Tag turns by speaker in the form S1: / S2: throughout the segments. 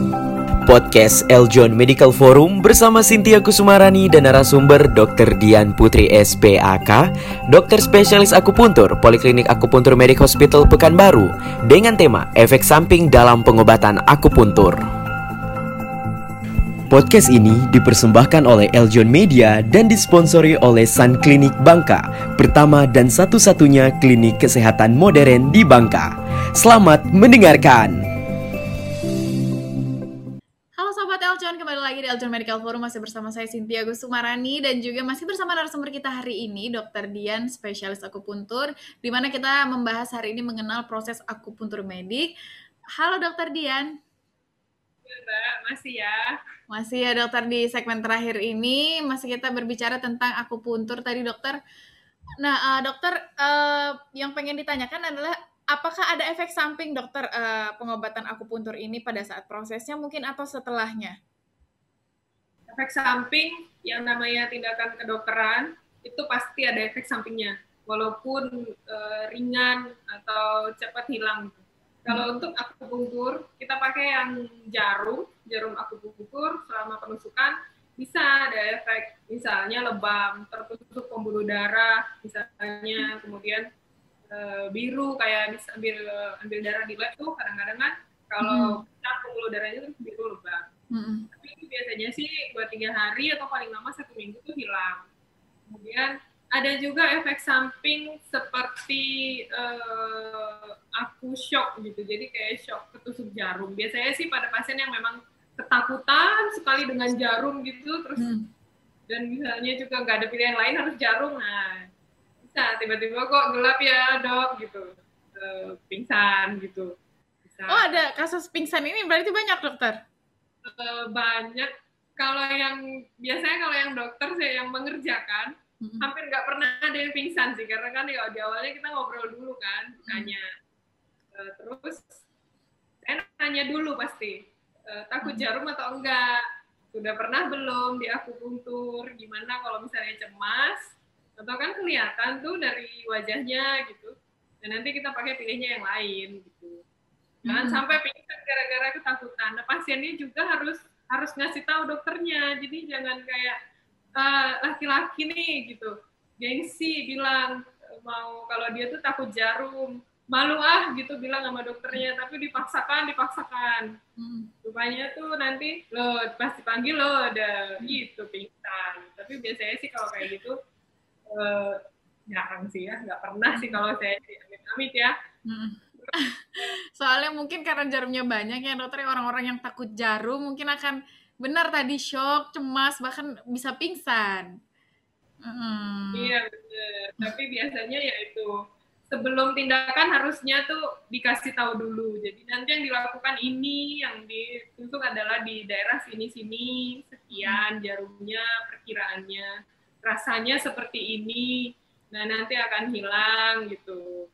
S1: Podcast Eljon Medical Forum bersama Cynthia Kusumarani dan narasumber Dr. Dian Putri SPAK, dokter spesialis akupuntur Poliklinik Akupuntur Medic Hospital Pekanbaru, dengan tema efek samping dalam pengobatan akupuntur. Podcast ini dipersembahkan oleh Eljon Media dan disponsori oleh Sun Klinik Bangka, pertama dan satu-satunya klinik kesehatan modern di Bangka. Selamat mendengarkan.
S2: Eljon, kembali lagi di Eljon Medical Forum, masih bersama saya Cynthia Kusumarani dan juga masih bersama narasumber kita hari ini Dr. Dian, spesialis akupuntur, di mana kita membahas hari ini mengenal proses akupuntur medik. Halo Dr. Dian.
S3: Ya, Mbak, masih ya.
S2: Masih ya dokter, di segmen terakhir ini masih kita berbicara tentang akupuntur tadi dokter. Nah dokter, yang pengen ditanyakan adalah apakah ada efek samping dokter pengobatan akupuntur ini pada saat prosesnya mungkin atau setelahnya?
S3: Efek samping yang namanya tindakan kedokteran itu pasti ada efek sampingnya, walaupun ringan atau cepat hilang. Kalau untuk akupuntur kita pakai yang jarum akupuntur selama penusukan bisa ada efek, misalnya lebam, tertusuk pembuluh darah, misalnya kemudian biru kayak ambil darah di lab tuh kadang-kadang kan kalau pembuluh darahnya terus biru lebam. Tapi itu biasanya sih buat 3 hari atau paling lama 1 minggu tuh hilang. Kemudian ada juga efek samping seperti aku shock gitu, jadi kayak shock ketusuk jarum. Biasanya sih pada pasien yang memang ketakutan sekali dengan jarum gitu, terus dan misalnya juga nggak ada pilihan lain harus jarum, nah bisa tiba-tiba kok gelap ya dok gitu, pingsan gitu. Bisa.
S2: Oh ada kasus pingsan ini berarti banyak dokter?
S3: Banyak. Kalau yang biasanya kalau yang dokter saya yang mengerjakan hampir nggak pernah ada yang pingsan sih, karena kan di awalnya kita ngobrol dulu kan, tanya. Terus saya nanya dulu pasti, takut jarum atau enggak, sudah pernah belum di akupuntur, gimana kalau misalnya cemas, atau kan kelihatan tuh dari wajahnya gitu, dan nanti kita pakai pilihnya yang lain gitu. Jangan sampai pingsan gara-gara ketakutan. Nah, pasiennya juga harus ngasih tahu dokternya, jadi jangan kayak laki-laki nih gitu, gengsi bilang mau kalau dia tuh takut jarum, malu gitu bilang sama dokternya, tapi dipaksakan rupanya tuh nanti lo pasti panggil lo ada gitu pingsan. Tapi biasanya sih kalau kayak gitu jarang sih ya, nggak pernah sih kalau saya amit-amit ya.
S2: Soalnya mungkin karena jarumnya banyak ya dokter, orang-orang yang takut jarum mungkin akan benar tadi shock, cemas, bahkan bisa pingsan.
S3: Iya benar. Tapi biasanya ya itu sebelum tindakan harusnya tuh dikasih tahu dulu. Jadi nanti yang dilakukan ini, yang ditusuk adalah di daerah sini-sini, sekian jarumnya, perkiraannya, rasanya seperti ini. Nah nanti akan hilang gitu.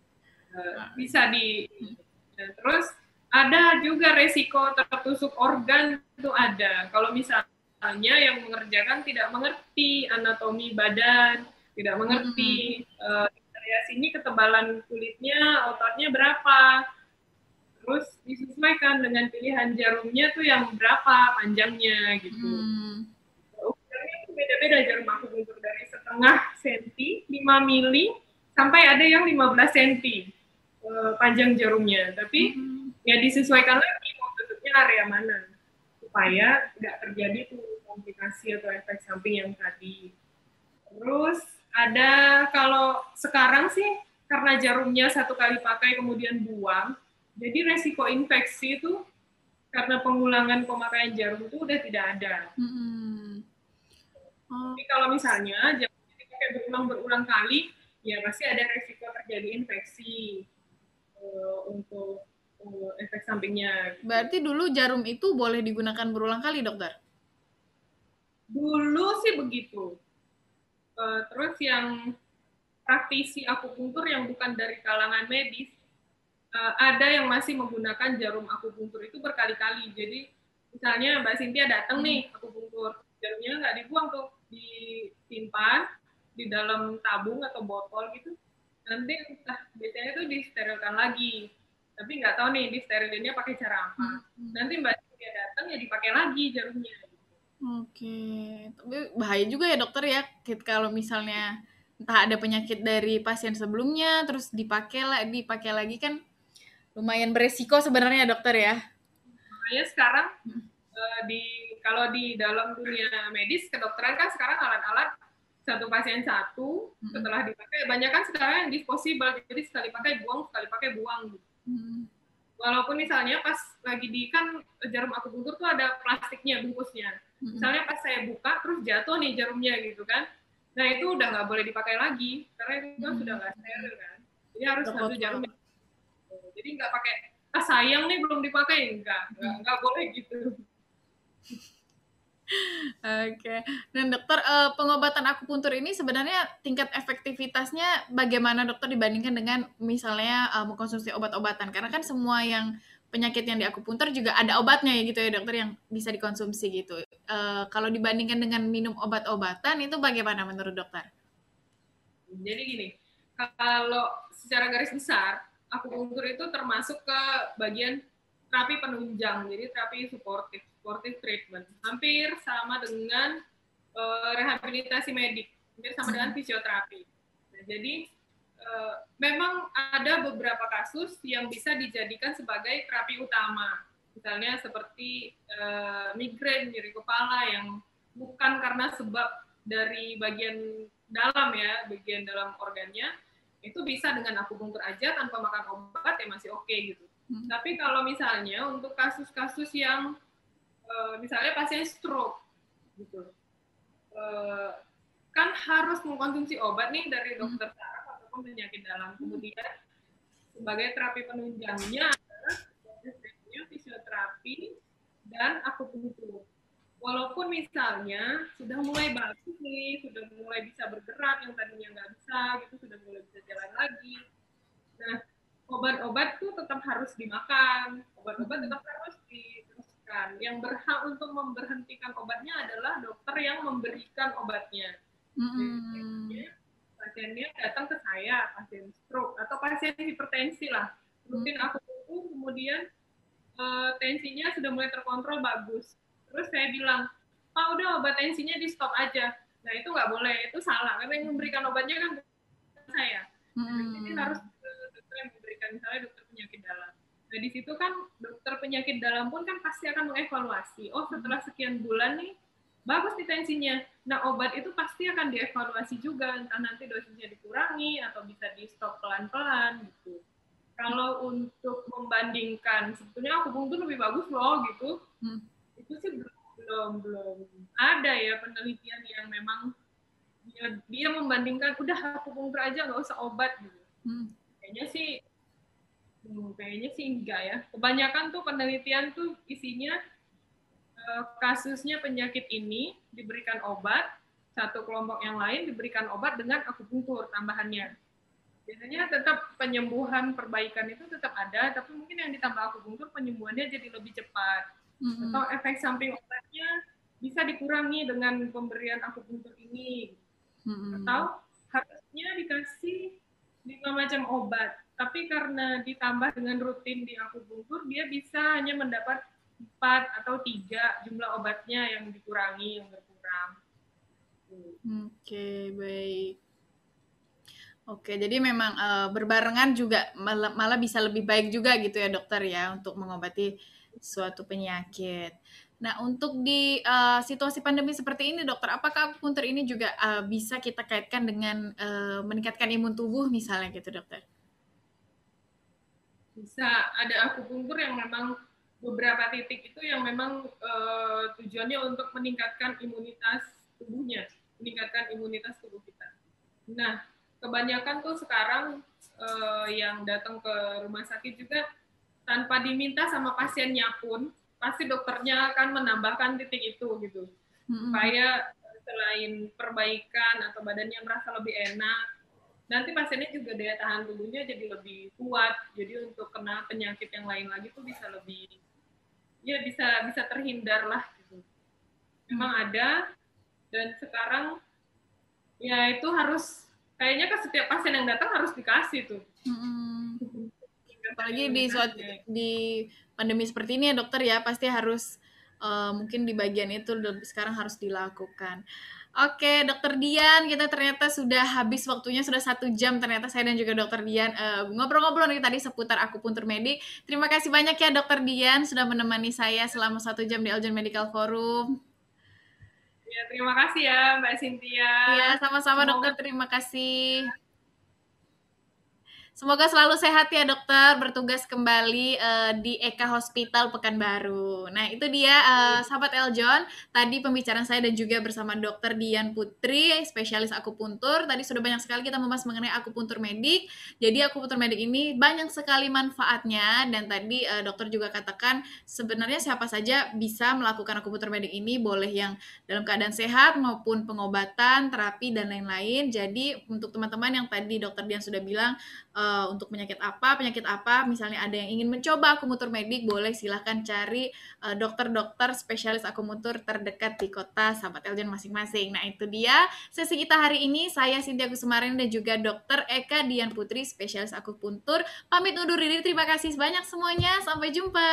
S3: Bisa nah, terus ada juga resiko tertusuk organ itu ada. Kalau misalnya yang mengerjakan tidak mengerti anatomi badan, tidak mengerti area sini ketebalan kulitnya, ototnya berapa, terus disesuaikan dengan pilihan jarumnya tuh yang berapa panjangnya gitu. Ukurannya tuh beda-beda jarum akupuntur, dari 0,5 senti, 5 mili, sampai ada yang 15 senti panjang jarumnya. Tapi ya disesuaikan lagi mau tutupnya area mana supaya nggak terjadi tuh komplikasi atau efek samping yang tadi. Terus ada, kalau sekarang sih karena jarumnya 1 kali pakai kemudian buang, jadi resiko infeksi itu karena pengulangan pemakaian jarum itu udah tidak ada. Tapi kalau misalnya jarumnya dipakai berulang kali, ya pasti ada resiko terjadi infeksi untuk efek sampingnya.
S2: Berarti dulu jarum itu boleh digunakan berulang kali, dokter?
S3: Dulu sih begitu. Terus yang praktisi akupuntur yang bukan dari kalangan medis, ada yang masih menggunakan jarum akupuntur itu berkali-kali. Jadi misalnya Mbak Cynthia datang nih akupuntur, jarumnya nggak dibuang tuh, disimpan di dalam tabung atau botol gitu. Nanti biasanya tuh disterilkan lagi. Tapi nggak tahu nih disterilinnya pakai cara apa. Nanti Mbak Cynthia dipakai lagi jarumnya.
S2: Oke, tapi bahaya juga ya dokter ya, kalau misalnya entah ada penyakit dari pasien sebelumnya, terus dipakai lagi kan lumayan beresiko sebenarnya dokter ya.
S3: Makanya sekarang kalau di dalam dunia medis kedokteran kan sekarang alat-alat satu pasien satu, setelah dipakai banyak kan sekarang yang disposable, jadi sekali pakai buang gitu. Walaupun misalnya pas lagi di kan jarum akupuntur tuh ada plastiknya bungkusnya, misalnya pas saya buka terus jatuh nih jarumnya gitu kan, nah itu udah nggak boleh dipakai lagi karena itu sudah nggak steril kan, jadi harus satu jarum. Jadi nggak pakai sayang nih belum dipakai, nggak boleh gitu.
S2: Oke. Dan dokter, pengobatan akupuntur ini sebenarnya tingkat efektivitasnya bagaimana dokter dibandingkan dengan misalnya mengkonsumsi obat-obatan? Karena kan semua yang penyakit yang di akupuntur juga ada obatnya ya gitu ya dokter yang bisa dikonsumsi gitu. Kalau dibandingkan dengan minum obat-obatan itu bagaimana menurut dokter?
S3: Jadi gini, kalau secara garis besar akupuntur itu termasuk ke bagian terapi penunjang, jadi terapi supportive treatment, hampir sama dengan rehabilitasi medik, hampir sama dengan fisioterapi. Nah, jadi memang ada beberapa kasus yang bisa dijadikan sebagai terapi utama, misalnya seperti migrain, nyeri kepala yang bukan karena sebab dari bagian dalam ya, bagian dalam organnya, itu bisa dengan akupunktur aja tanpa makan obat ya masih oke gitu. Tapi kalau misalnya untuk kasus-kasus yang misalnya pasien stroke gitu, kan harus mengkonsumsi obat nih dari dokter saraf ataupun penyakit dalam. Kemudian sebagai terapi penunjangnya adalah fisioterapi dan akupunktur. Walaupun misalnya sudah mulai bagus nih, sudah mulai bisa bergerak yang tadinya nggak bisa gitu, sudah mulai bisa jalan lagi. Nah, obat-obat tuh tetap harus dimakan, obat-obat tetap harus diteruskan. Yang berhak untuk memberhentikan obatnya adalah dokter yang memberikan obatnya. Pasiennya datang ke saya, pasien stroke atau pasien hipertensi lah, rutin akupunktur, kemudian tensinya sudah mulai terkontrol bagus. Terus saya bilang, Pak udah obat tensinya di stop aja. Nah itu nggak boleh, itu salah. Karena yang memberikan obatnya kan saya. Jadi harus dokter yang memberikan, misalnya dokter penyakit dalam. Nah di situ kan dokter penyakit dalam pun kan pasti akan mengevaluasi. Oh setelah sekian bulan nih, bagus nih tensinya. Nah obat itu pasti akan dievaluasi juga. Entah nanti dosisnya dikurangi atau bisa di stop pelan-pelan gitu. Kalau untuk membandingkan, sebetulnya akupunktur lebih bagus loh gitu. Itu sih belum ada ya penelitian yang memang dia membandingkan udah akupunktur aja nggak usah obat gitu. Kayaknya sih enggak ya. Kebanyakan tuh penelitian tuh isinya kasusnya penyakit ini diberikan obat, satu kelompok yang lain diberikan obat dengan akupunktur tambahannya. Biasanya tetap penyembuhan perbaikan itu tetap ada, tapi mungkin yang ditambah akupunktur penyembuhannya jadi lebih cepat. Atau efek samping obatnya bisa dikurangi dengan pemberian akupunktur ini. Atau harusnya dikasih 5 macam obat, tapi karena ditambah dengan rutin di akupunktur, dia bisa hanya mendapat 4 atau 3 jumlah obatnya yang dikurangi, yang berkurang.
S2: Oke, baik. Oke, jadi memang berbarengan juga malah bisa lebih baik juga gitu ya dokter ya untuk mengobati suatu penyakit. Nah, untuk di situasi pandemi seperti ini dokter, apakah akupuntur ini juga bisa kita kaitkan dengan meningkatkan imun tubuh misalnya gitu dokter?
S3: Bisa, ada akupuntur yang memang beberapa titik itu yang memang tujuannya untuk meningkatkan imunitas tubuhnya, meningkatkan imunitas tubuh kita. Nah, kebanyakan tuh sekarang yang datang ke rumah sakit juga tanpa diminta sama pasiennya pun pasti dokternya akan menambahkan titik itu gitu, supaya selain perbaikan atau badannya merasa lebih enak, nanti pasiennya juga daya tahan tubuhnya jadi lebih kuat, jadi untuk kena penyakit yang lain lagi tuh bisa lebih, ya bisa terhindar lah gitu. Memang ada, dan sekarang ya itu harus kayaknya ke setiap pasien yang datang harus dikasih tuh.
S2: Apalagi di pandemi seperti ini ya dokter ya, pasti harus mungkin di bagian itu sekarang harus dilakukan. Oke, Dokter Dian, kita ternyata sudah habis waktunya, sudah 1 jam ternyata saya dan juga Dokter Dian ngobrol-ngobrol nih tadi seputar akupuntur medik. Terima kasih banyak ya Dokter Dian sudah menemani saya selama 1 jam di Eljon Medical Forum.
S3: Ya, terima kasih ya Mbak Cynthia.
S2: Ya, sama-sama Dokter, terima kasih. Semoga selalu sehat ya dokter, bertugas kembali di Eka Hospital Pekanbaru. Nah itu dia sahabat Eljon, tadi pembicaraan saya dan juga bersama Dokter Dian Putri, spesialis akupuntur. Tadi sudah banyak sekali kita membahas mengenai akupuntur medik. Jadi akupuntur medik ini banyak sekali manfaatnya, dan tadi dokter juga katakan sebenarnya siapa saja bisa melakukan akupuntur medik ini, boleh yang dalam keadaan sehat maupun pengobatan, terapi, dan lain-lain. Jadi untuk teman-teman yang tadi Dokter Dian sudah bilang, untuk penyakit apa, misalnya ada yang ingin mencoba akupuntur medik, boleh silahkan cari dokter-dokter spesialis akupuntur terdekat di kota sahabat Eljon masing-masing. Nah itu dia sesi kita hari ini, saya Cynthia Kusumarini dan juga Dokter Eka Dian Putri, spesialis akupuntur, pamit undur diri. Terima kasih banyak semuanya, sampai jumpa.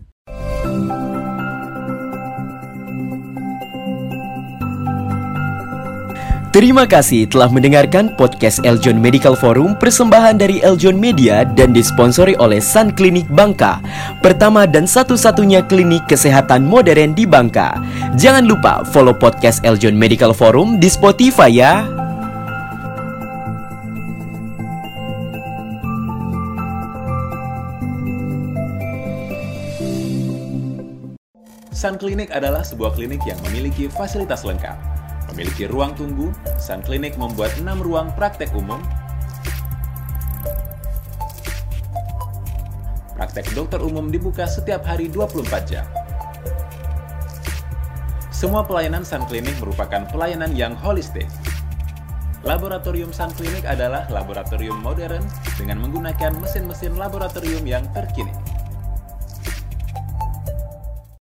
S1: Terima kasih telah mendengarkan podcast Eljon Medical Forum, persembahan dari Eljon Media dan disponsori oleh Sun Klinik Bangka, pertama dan satu-satunya klinik kesehatan modern di Bangka. Jangan lupa follow podcast Eljon Medical Forum di Spotify ya.
S4: Sun Klinik adalah sebuah klinik yang memiliki fasilitas lengkap. Memiliki ruang tunggu, Sun Klinik membuat 6 ruang praktek umum, praktek dokter umum dibuka setiap hari 24 jam. Semua pelayanan Sun Klinik merupakan pelayanan yang holistik. Laboratorium Sun Klinik adalah laboratorium modern dengan menggunakan mesin-mesin laboratorium yang terkini.